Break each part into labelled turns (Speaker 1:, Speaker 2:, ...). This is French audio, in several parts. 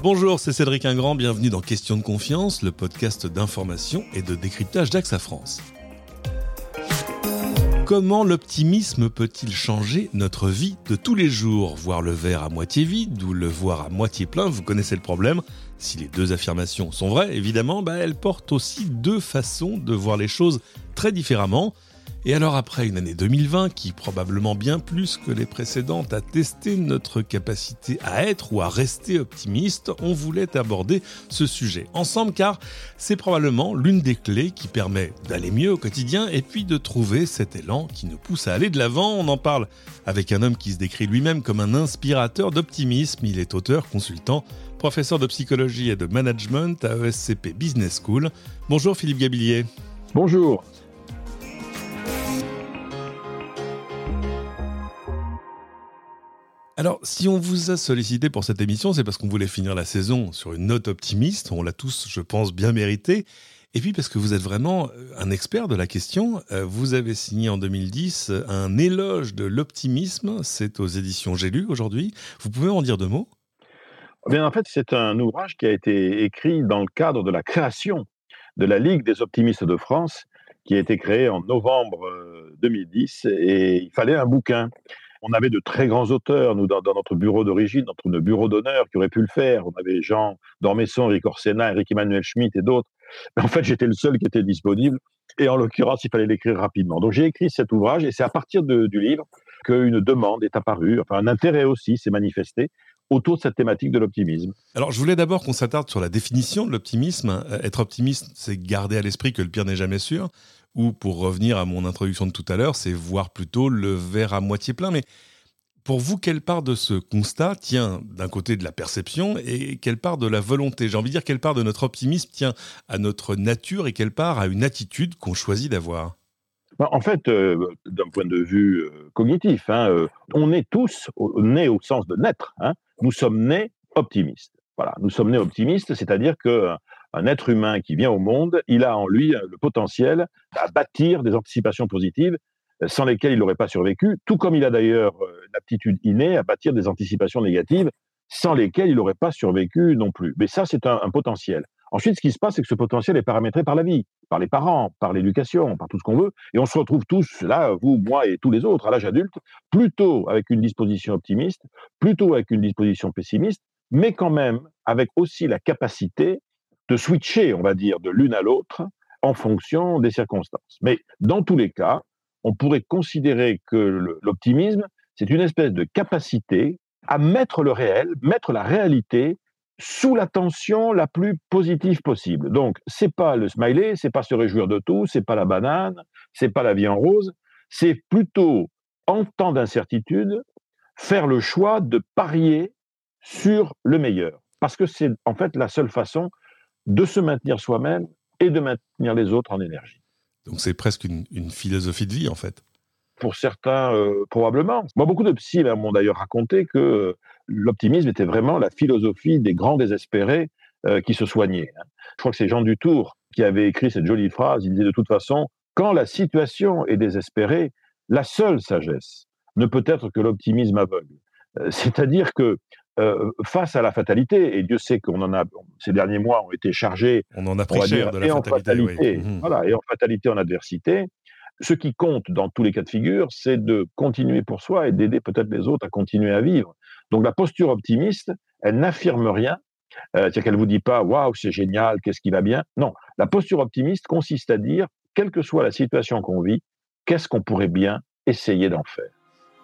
Speaker 1: Bonjour, c'est Cédric Ingrand, bienvenue dans Question de confiance, le podcast d'information et de décryptage d'AXA France. Comment l'optimisme peut-il changer notre vie de tous les jours ? Voir le verre à moitié vide ou le voir à moitié plein, vous connaissez le problème. Si les deux affirmations sont vraies, évidemment, elles portent aussi deux façons de voir les choses très différemment. Et alors après une année 2020 qui, probablement bien plus que les précédentes, a testé notre capacité à être ou à rester optimiste, on voulait aborder ce sujet ensemble car c'est probablement l'une des clés qui permet d'aller mieux au quotidien et puis de trouver cet élan qui nous pousse à aller de l'avant. On en parle avec un homme qui se décrit lui-même comme un inspirateur d'optimisme. Il est auteur, consultant, professeur de psychologie et de management à ESCP Business School. Bonjour Philippe Gabillier.
Speaker 2: Bonjour.
Speaker 1: Alors, si on vous a sollicité pour cette émission, c'est parce qu'on voulait finir la saison sur une note optimiste. On l'a tous, je pense, bien mérité. Et puis parce que vous êtes vraiment un expert de la question. Vous avez signé en 2010 un éloge de l'optimisme. C'est aux éditions J'ai lu aujourd'hui. Vous pouvez en dire deux mots ?
Speaker 2: Bien, en fait, c'est un ouvrage qui a été écrit dans le cadre de la création de la Ligue des optimistes de France, qui a été créée en novembre 2010. Et il fallait un bouquin. On avait de très grands auteurs, nous, dans notre bureau d'origine, notre bureau d'honneur, qui auraient pu le faire. On avait Jean d'Ormesson, Eric Orsena, Eric-Emmanuel Schmitt et d'autres. Mais en fait, j'étais le seul qui était disponible. Et en l'occurrence, il fallait l'écrire rapidement. Donc, j'ai écrit cet ouvrage et c'est à partir du livre qu'une demande est apparue, enfin un intérêt aussi s'est manifesté autour de cette thématique de l'optimisme.
Speaker 1: Alors, je voulais d'abord qu'on s'attarde sur la définition de l'optimisme. Être optimiste, c'est garder à l'esprit que le pire n'est jamais sûr. Ou, pour revenir à mon introduction de tout à l'heure, c'est voir plutôt le verre à moitié plein. Mais pour vous, quelle part de ce constat tient d'un côté de la perception et quelle part de la volonté ? J'ai envie de dire quelle part de notre optimisme tient à notre nature et quelle part à une attitude qu'on choisit d'avoir ?
Speaker 2: En fait, d'un point de vue cognitif, on est tous nés au sens de naître. Nous sommes nés optimistes. Voilà, nous sommes nés optimistes, c'est-à-dire qu'un être humain qui vient au monde, il a en lui le potentiel à bâtir des anticipations positives sans lesquelles il n'aurait pas survécu, tout comme il a d'ailleurs l'aptitude innée à bâtir des anticipations négatives sans lesquelles il n'aurait pas survécu non plus. Mais ça, c'est un potentiel. Ensuite, ce qui se passe, c'est que ce potentiel est paramétré par la vie, par les parents, par l'éducation, par tout ce qu'on veut. Et on se retrouve tous, là, vous, moi et tous les autres, à l'âge adulte, plutôt avec une disposition optimiste, plutôt avec une disposition pessimiste, mais quand même avec aussi la capacité de switcher, on va dire, de l'une à l'autre en fonction des circonstances. Mais dans tous les cas, on pourrait considérer que l'optimisme, c'est une espèce de capacité à mettre le réel, mettre la réalité sous la tension la plus positive possible. Donc, c'est pas le smiley, c'est pas se réjouir de tout, c'est pas la banane, c'est pas la vie en rose, c'est plutôt, en temps d'incertitude, faire le choix de parier sur le meilleur. Parce que c'est en fait la seule façon de se maintenir soi-même et de maintenir les autres en énergie.
Speaker 1: Donc c'est presque une philosophie de vie en fait.
Speaker 2: Pour certains, probablement. Moi, beaucoup de psys m'ont d'ailleurs raconté que l'optimisme était vraiment la philosophie des grands désespérés qui se soignaient. Je crois que c'est Jean Dutour qui avait écrit cette jolie phrase. Il disait de toute façon, quand la situation est désespérée, la seule sagesse ne peut être que l'optimisme aveugle. C'est-à-dire que face à la fatalité, et Dieu sait qu'on en a, ces derniers mois ont été chargés,
Speaker 1: on en a pris cher de la
Speaker 2: fatalité, oui. Voilà, et en fatalité, en adversité. Ce qui compte dans tous les cas de figure, c'est de continuer pour soi et d'aider peut-être les autres à continuer à vivre. Donc la posture optimiste, elle n'affirme rien, c'est-à-dire qu'elle ne vous dit pas « waouh, c'est génial, qu'est-ce qui va bien ?» Non, la posture optimiste consiste à dire, quelle que soit la situation qu'on vit, qu'est-ce qu'on pourrait bien essayer d'en faire.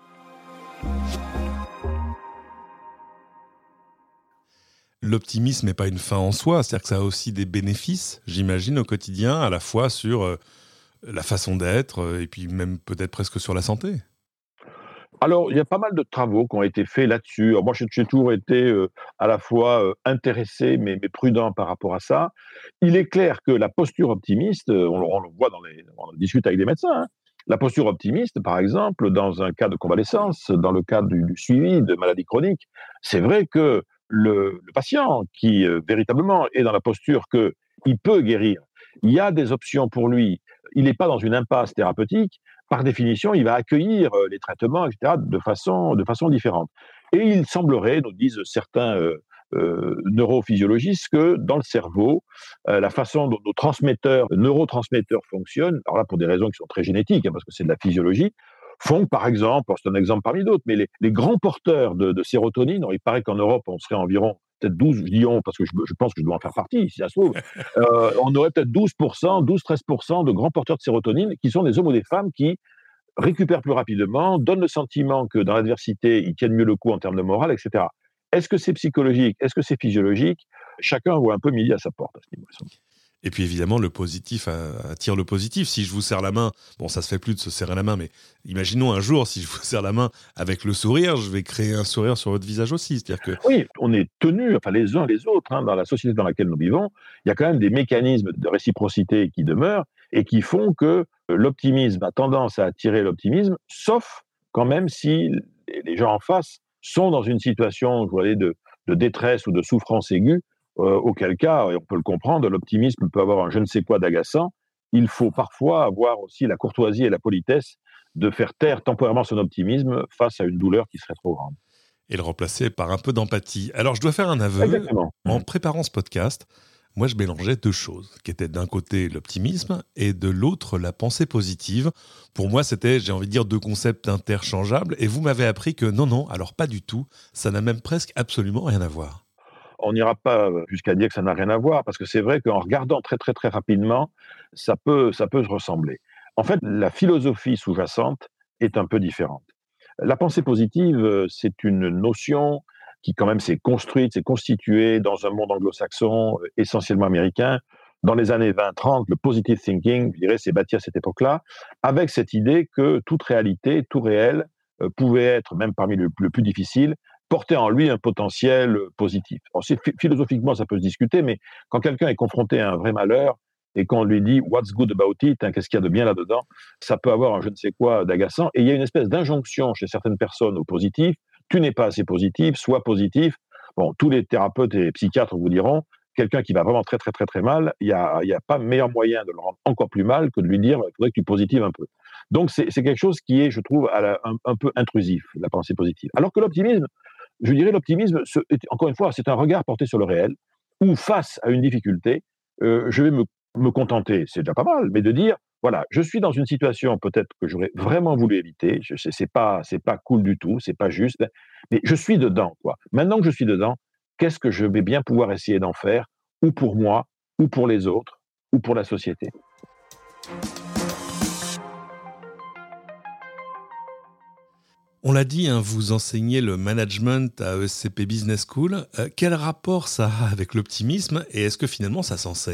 Speaker 1: L'optimisme n'est pas une fin en soi, c'est-à-dire que ça a aussi des bénéfices, j'imagine, au quotidien, à la fois sur la façon d'être, et puis même peut-être presque sur la santé.
Speaker 2: Alors, il y a pas mal de travaux qui ont été faits là-dessus. Alors, moi, j'ai toujours été à la fois intéressé, mais prudent par rapport à ça. Il est clair que la posture optimiste, on le voit on discute avec des médecins, la posture optimiste, par exemple, dans un cas de convalescence, dans le cas du suivi de maladies chroniques, c'est vrai que le patient qui véritablement est dans la posture qu'il peut guérir, il y a des options pour lui, il n'est pas dans une impasse thérapeutique, par définition, il va accueillir les traitements, etc., de façon différente. Et il semblerait, nous disent certains neurophysiologistes que dans le cerveau, la façon dont nos neurotransmetteurs fonctionnent, alors là pour des raisons qui sont très génétiques, parce que c'est de la physiologie, font que, par exemple, c'est un exemple parmi d'autres, mais les grands porteurs de sérotonine, il paraît qu'en Europe, on serait environ peut-être 12, je dis on, parce que je pense que je dois en faire partie, si ça se trouve, on aurait peut-être 12-13% de grands porteurs de sérotonine qui sont des hommes ou des femmes qui récupèrent plus rapidement, donnent le sentiment que dans l'adversité, ils tiennent mieux le coup en termes de morale, etc. Est-ce que c'est psychologique? Est-ce que c'est physiologique? Chacun voit un peu midi à sa porte à ce niveau-là.
Speaker 1: Et puis évidemment, le positif attire le positif. Si je vous serre la main, bon, ça se fait plus de se serrer la main, mais imaginons un jour, si je vous serre la main avec le sourire, je vais créer un sourire sur votre visage aussi. C'est-à-dire que...
Speaker 2: Oui, on est tenus, enfin les uns les autres, dans la société dans laquelle nous vivons, il y a quand même des mécanismes de réciprocité qui demeurent et qui font que l'optimisme a tendance à attirer l'optimisme, sauf quand même si les gens en face sont dans une situation, je voulais, de détresse ou de souffrance aiguë, auquel cas, et on peut le comprendre, l'optimisme peut avoir un je ne sais quoi d'agaçant. Il faut parfois avoir aussi la courtoisie et la politesse de faire taire temporairement son optimisme face à une douleur qui serait trop grande.
Speaker 1: Et le remplacer par un peu d'empathie. Alors, je dois faire un aveu.
Speaker 2: Exactement.
Speaker 1: En préparant ce podcast, moi, je mélangeais deux choses, qui étaient d'un côté l'optimisme et de l'autre la pensée positive. Pour moi, c'était, j'ai envie de dire, deux concepts interchangeables. Et vous m'avez appris que non, alors pas du tout. Ça n'a même presque absolument rien à voir.
Speaker 2: On n'ira pas jusqu'à dire que ça n'a rien à voir, parce que c'est vrai qu'en regardant très très très rapidement, ça peut se ressembler. En fait, la philosophie sous-jacente est un peu différente. La pensée positive, c'est une notion qui quand même s'est construite, s'est constituée dans un monde anglo-saxon, essentiellement américain. Dans les années 20-30, le positive thinking, je dirais, s'est bâti à cette époque-là, avec cette idée que toute réalité, tout réel, pouvait être, même parmi le plus difficile, porter en lui un potentiel positif. Alors, philosophiquement, ça peut se discuter, mais quand quelqu'un est confronté à un vrai malheur et qu'on lui dit « what's good about it », qu'est-ce qu'il y a de bien là-dedans, ça peut avoir un je ne sais quoi d'agaçant. Et il y a une espèce d'injonction chez certaines personnes au positif. Tu n'es pas assez positif, sois positif. Bon, tous les thérapeutes et psychiatres vous diront, quelqu'un qui va vraiment très très très très mal, il y a pas meilleur moyen de le rendre encore plus mal que de lui dire il faudrait que tu positives un peu. Donc c'est quelque chose qui est, je trouve, un peu intrusif, la pensée positive. Alors que l'optimisme, je dirais l'optimisme, encore une fois, c'est un regard porté sur le réel, où face à une difficulté, je vais me contenter, c'est déjà pas mal, mais de dire, voilà, je suis dans une situation peut-être que j'aurais vraiment voulu éviter, c'est pas cool du tout, c'est pas juste, mais je suis dedans, quoi. Maintenant que je suis dedans, qu'est-ce que je vais bien pouvoir essayer d'en faire, ou pour moi, ou pour les autres, ou pour la société.
Speaker 1: On l'a dit, vous enseignez le management à ESCP Business School. Quel rapport ça a avec l'optimisme et est-ce que finalement ça s'enseigne ?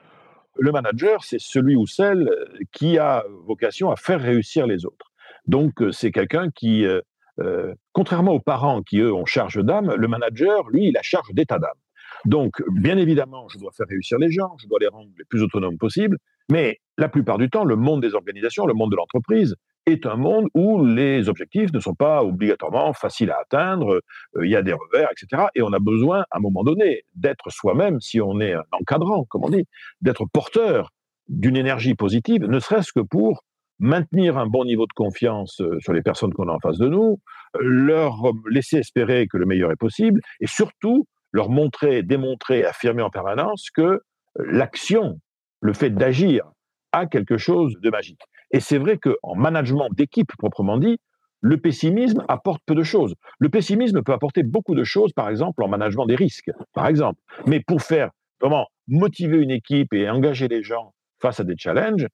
Speaker 2: Le manager, c'est celui ou celle qui a vocation à faire réussir les autres. Donc, c'est quelqu'un qui, contrairement aux parents qui, eux, ont charge d'âme, le manager, lui, il a charge d'état d'âme. Donc, bien évidemment, je dois faire réussir les gens, je dois les rendre les plus autonomes possibles, mais la plupart du temps, le monde des organisations, le monde de l'entreprise, est un monde où les objectifs ne sont pas obligatoirement faciles à atteindre, il y a des revers, etc. Et on a besoin, à un moment donné, d'être soi-même, si on est un encadrant, comme on dit, d'être porteur d'une énergie positive, ne serait-ce que pour maintenir un bon niveau de confiance sur les personnes qu'on a en face de nous, leur laisser espérer que le meilleur est possible, et surtout leur montrer, démontrer, affirmer en permanence que l'action, le fait d'agir, a quelque chose de magique. Et c'est vrai qu'en management d'équipe proprement dit, le pessimisme apporte peu de choses. Le pessimisme peut apporter beaucoup de choses, par exemple en management des risques, par exemple. Mais pour faire vraiment motiver une équipe et engager les gens face à des challenges,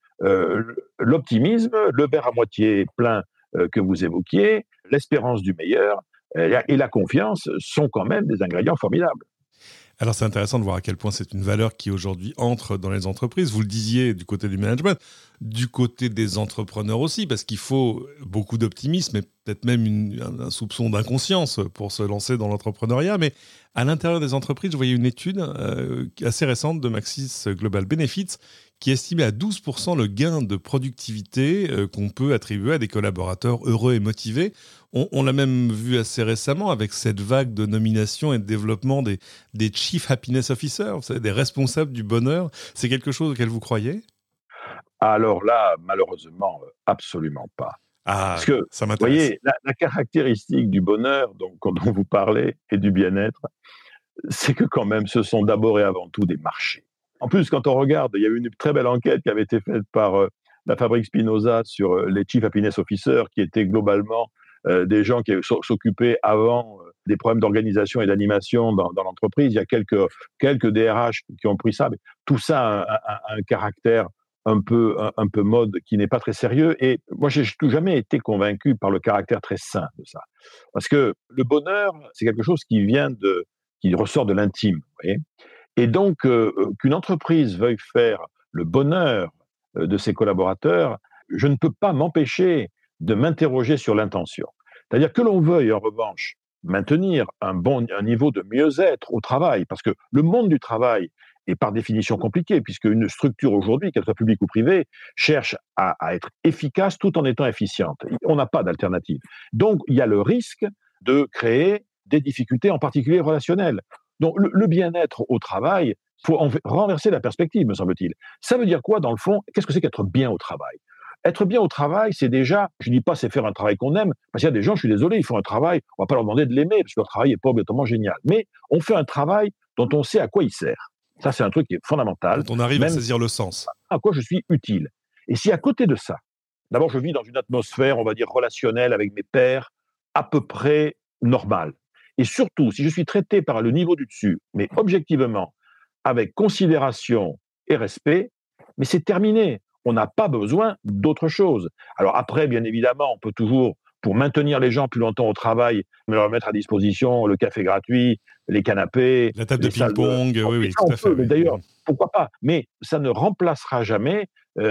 Speaker 2: l'optimisme, le verre à moitié plein que vous évoquiez, l'espérance du meilleur et la confiance sont quand même des ingrédients formidables.
Speaker 1: Alors c'est intéressant de voir à quel point c'est une valeur qui aujourd'hui entre dans les entreprises. Vous le disiez du côté du management, du côté des entrepreneurs aussi, parce qu'il faut beaucoup d'optimisme et peut-être même un soupçon d'inconscience pour se lancer dans l'entrepreneuriat. Mais à l'intérieur des entreprises, je voyais une étude assez récente de Maxis Global Benefits qui estimait à 12% le gain de productivité qu'on peut attribuer à des collaborateurs heureux et motivés. On l'a même vu assez récemment avec cette vague de nomination et de développement des Chief Happiness Officers, vous savez, des responsables du bonheur. C'est quelque chose auquel vous croyez ?
Speaker 2: Alors là, malheureusement, absolument pas.
Speaker 1: Ah,
Speaker 2: parce que,
Speaker 1: ça
Speaker 2: vous
Speaker 1: m'intéresse.
Speaker 2: voyez, la caractéristique du bonheur dont vous parlez et du bien-être, c'est que quand même, ce sont d'abord et avant tout des marchés. En plus, quand on regarde, il y a eu une très belle enquête qui avait été faite par la Fabrique Spinoza sur les Chief Happiness Officers, qui étaient globalement des gens qui s'occupaient avant des problèmes d'organisation et d'animation dans l'entreprise. Il y a quelques DRH qui ont pris ça, mais tout ça a un caractère un peu mode qui n'est pas très sérieux. Et moi, j'ai jamais été convaincu par le caractère très sain de ça. Parce que le bonheur, c'est quelque chose qui ressort de l'intime. Vous voyez. Et donc, qu'une entreprise veuille faire le bonheur de ses collaborateurs, je ne peux pas m'empêcher de m'interroger sur l'intention. C'est-à-dire que l'on veuille, en revanche, maintenir un niveau de mieux-être au travail, parce que le monde du travail est par définition compliqué, puisque une structure aujourd'hui, qu'elle soit publique ou privée, cherche à être efficace tout en étant efficiente. On n'a pas d'alternative. Donc, il y a le risque de créer des difficultés, en particulier relationnelles. Donc, le bien-être au travail, il faut renverser la perspective, me semble-t-il. Ça veut dire quoi, dans le fond? Qu'est-ce que c'est qu'être bien au travail? Être bien au travail, c'est déjà, je ne dis pas c'est faire un travail qu'on aime, parce qu'il y a des gens, je suis désolé, ils font un travail, on ne va pas leur demander de l'aimer, parce que leur travail n'est pas obligatoirement génial. Mais on fait un travail dont on sait à quoi il sert. Ça, c'est un truc qui est fondamental.
Speaker 1: Quand on arrive à saisir le sens.
Speaker 2: À quoi je suis utile. Et si à côté de ça, d'abord je vis dans une atmosphère, on va dire, relationnelle avec mes pairs, à peu près normale. Et surtout, si je suis traité par le niveau du dessus, mais objectivement, avec considération et respect, mais c'est terminé. On n'a pas besoin d'autre chose. Alors après, bien évidemment, on peut toujours, pour maintenir les gens plus longtemps au travail, leur mettre à disposition le café gratuit, les canapés,
Speaker 1: la table de ping-pong, oui, tout à fait.
Speaker 2: Oui. D'ailleurs, pourquoi pas? Mais ça ne remplacera jamais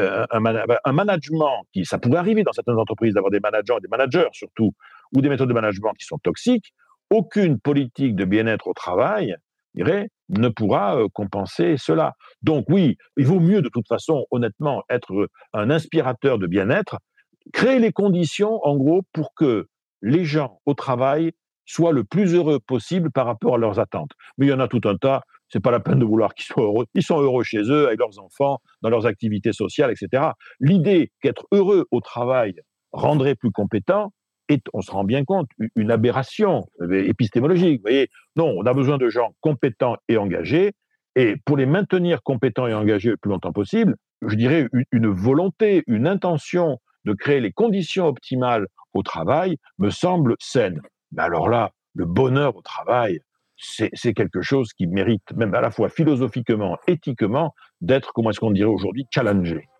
Speaker 2: un management qui, ça pourrait arriver dans certaines entreprises d'avoir des managers surtout, ou des méthodes de management qui sont toxiques. Aucune politique de bien-être au travail, je dirais, ne pourra compenser cela. Donc oui, il vaut mieux de toute façon, honnêtement, être un inspirateur de bien-être, créer les conditions, en gros, pour que les gens au travail soient le plus heureux possible par rapport à leurs attentes. Mais il y en a tout un tas, c'est pas la peine de vouloir qu'ils soient heureux. Ils sont heureux chez eux, avec leurs enfants, dans leurs activités sociales, etc. L'idée qu'être heureux au travail rendrait plus compétent est, on se rend bien compte, une aberration épistémologique. Vous voyez, non, on a besoin de gens compétents et engagés, et pour les maintenir compétents et engagés le plus longtemps possible, je dirais une volonté, une intention de créer les conditions optimales au travail me semble saine. Mais alors là, le bonheur au travail, c'est quelque chose qui mérite, même à la fois philosophiquement, éthiquement, d'être, comment est-ce qu'on dirait aujourd'hui, challengé.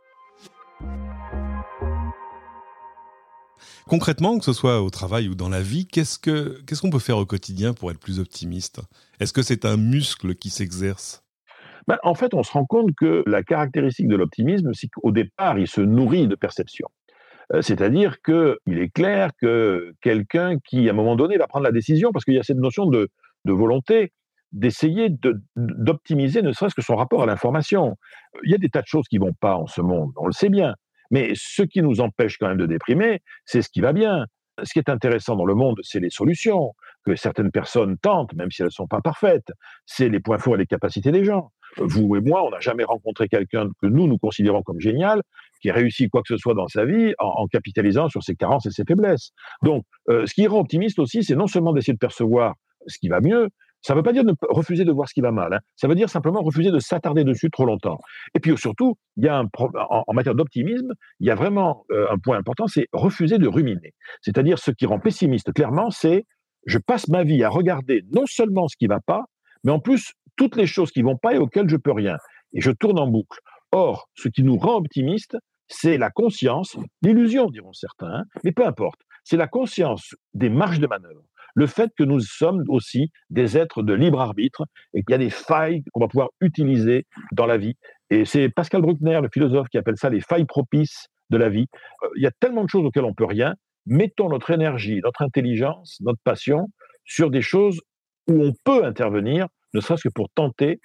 Speaker 1: Concrètement, que ce soit au travail ou dans la vie, qu'est-ce qu'on peut faire au quotidien pour être plus optimiste? Est-ce que c'est un muscle qui s'exerce?
Speaker 2: En fait, on se rend compte que la caractéristique de l'optimisme, c'est qu'au départ, il se nourrit de perceptions. C'est-à-dire qu'il est clair que quelqu'un qui, à un moment donné, va prendre la décision, parce qu'il y a cette notion de volonté, d'essayer d'optimiser ne serait-ce que son rapport à l'information. Il y a des tas de choses qui ne vont pas en ce monde, on le sait bien. Mais ce qui nous empêche quand même de déprimer, c'est ce qui va bien. Ce qui est intéressant dans le monde, c'est les solutions que certaines personnes tentent, même si elles ne sont pas parfaites. C'est les points forts et les capacités des gens. Vous et moi, on n'a jamais rencontré quelqu'un que nous considérons comme génial, qui a réussi quoi que ce soit dans sa vie en capitalisant sur ses carences et ses faiblesses. Donc, ce qui rend optimiste aussi, c'est non seulement d'essayer de percevoir ce qui va mieux, ça ne veut pas dire refuser de voir ce qui va mal, hein. Ça veut dire simplement refuser de s'attarder dessus trop longtemps. Et puis surtout, il y a en matière d'optimisme, il y a vraiment un point important, c'est refuser de ruminer. C'est-à-dire ce qui rend pessimiste, clairement, c'est je passe ma vie à regarder non seulement ce qui ne va pas, mais en plus toutes les choses qui ne vont pas et auxquelles je ne peux rien. Et je tourne en boucle. Or, ce qui nous rend optimistes, c'est la conscience, l'illusion, diront certains, hein, mais peu importe. C'est la conscience des marges de manœuvre. Le fait que nous sommes aussi des êtres de libre arbitre et qu'il y a des failles qu'on va pouvoir utiliser dans la vie. Et c'est Pascal Bruckner, le philosophe, qui appelle ça les failles propices de la vie. Il y a tellement de choses auxquelles on ne peut rien. Mettons notre énergie, notre intelligence, notre passion sur des choses où on peut intervenir, ne serait-ce que pour tenter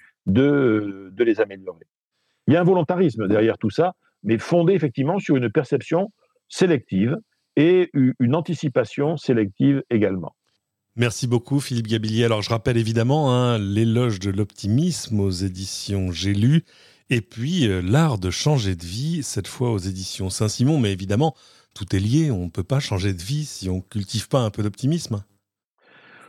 Speaker 2: de les améliorer. Il y a un volontarisme derrière tout ça, mais fondé effectivement sur une perception sélective et une anticipation sélective également.
Speaker 1: Merci beaucoup Philippe Gabillier. Alors je rappelle évidemment l'éloge de l'optimisme aux éditions J'ai lu, et puis l'art de changer de vie, cette fois aux éditions Saint-Simon, mais évidemment tout est lié, on ne peut pas changer de vie si on ne cultive pas un peu d'optimisme.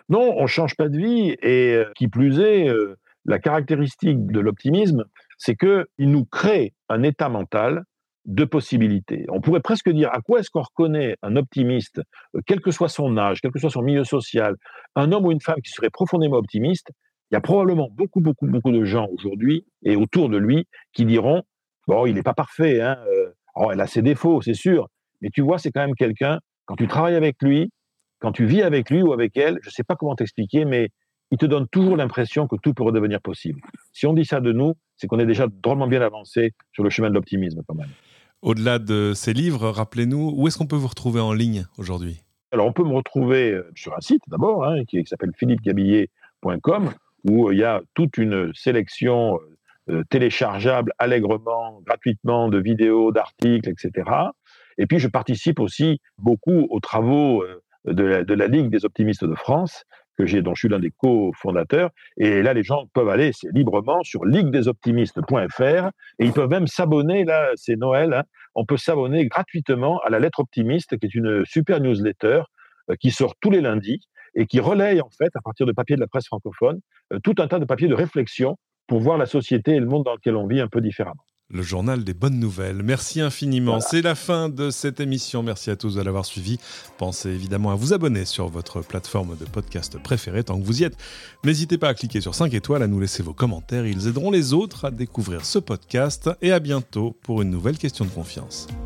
Speaker 2: Non, on change pas de vie et qui plus est, la caractéristique de l'optimisme, c'est qu'il nous crée un état mental de possibilités. On pourrait presque dire à quoi est-ce qu'on reconnaît un optimiste, quel que soit son âge, quel que soit son milieu social, un homme ou une femme qui serait profondément optimiste, il y a probablement beaucoup, beaucoup, beaucoup de gens aujourd'hui et autour de lui qui diront: «Bon, il n'est pas parfait, hein, oh, il a ses défauts, c'est sûr, mais tu vois, c'est quand même quelqu'un, quand tu travailles avec lui, quand tu vis avec lui ou avec elle, je ne sais pas comment t'expliquer, mais il te donne toujours l'impression que tout peut redevenir possible.» Si on dit ça de nous, c'est qu'on est déjà drôlement bien avancé sur le chemin de l'optimisme quand même.
Speaker 1: Au-delà de ces livres, rappelez-nous, où est-ce qu'on peut vous retrouver en ligne aujourd'hui ?
Speaker 2: Alors on peut me retrouver sur un site d'abord, hein, qui s'appelle philippegabillet.com, où il y a toute une sélection téléchargeable allègrement, gratuitement, de vidéos, d'articles, etc. Et puis je participe aussi beaucoup aux travaux de la Ligue des optimistes de France, dont je suis l'un des cofondateurs. Et là, les gens peuvent aller librement sur liguedesoptimistes.fr et ils peuvent même s'abonner, là, c'est Noël, hein, on peut s'abonner gratuitement à la Lettre Optimiste, qui est une super newsletter qui sort tous les lundis et qui relaye, en fait, à partir de papiers de la presse francophone, tout un tas de papiers de réflexion pour voir la société et le monde dans lequel on vit un peu différemment.
Speaker 1: Le journal des bonnes nouvelles. Merci infiniment.
Speaker 2: Voilà.
Speaker 1: C'est la fin de cette émission. Merci à tous de l'avoir suivi. Pensez évidemment à vous abonner sur votre plateforme de podcast préférée tant que vous y êtes. N'hésitez pas à cliquer sur 5 étoiles, à nous laisser vos commentaires. Ils aideront les autres à découvrir ce podcast. Et à bientôt pour une nouvelle question de confiance.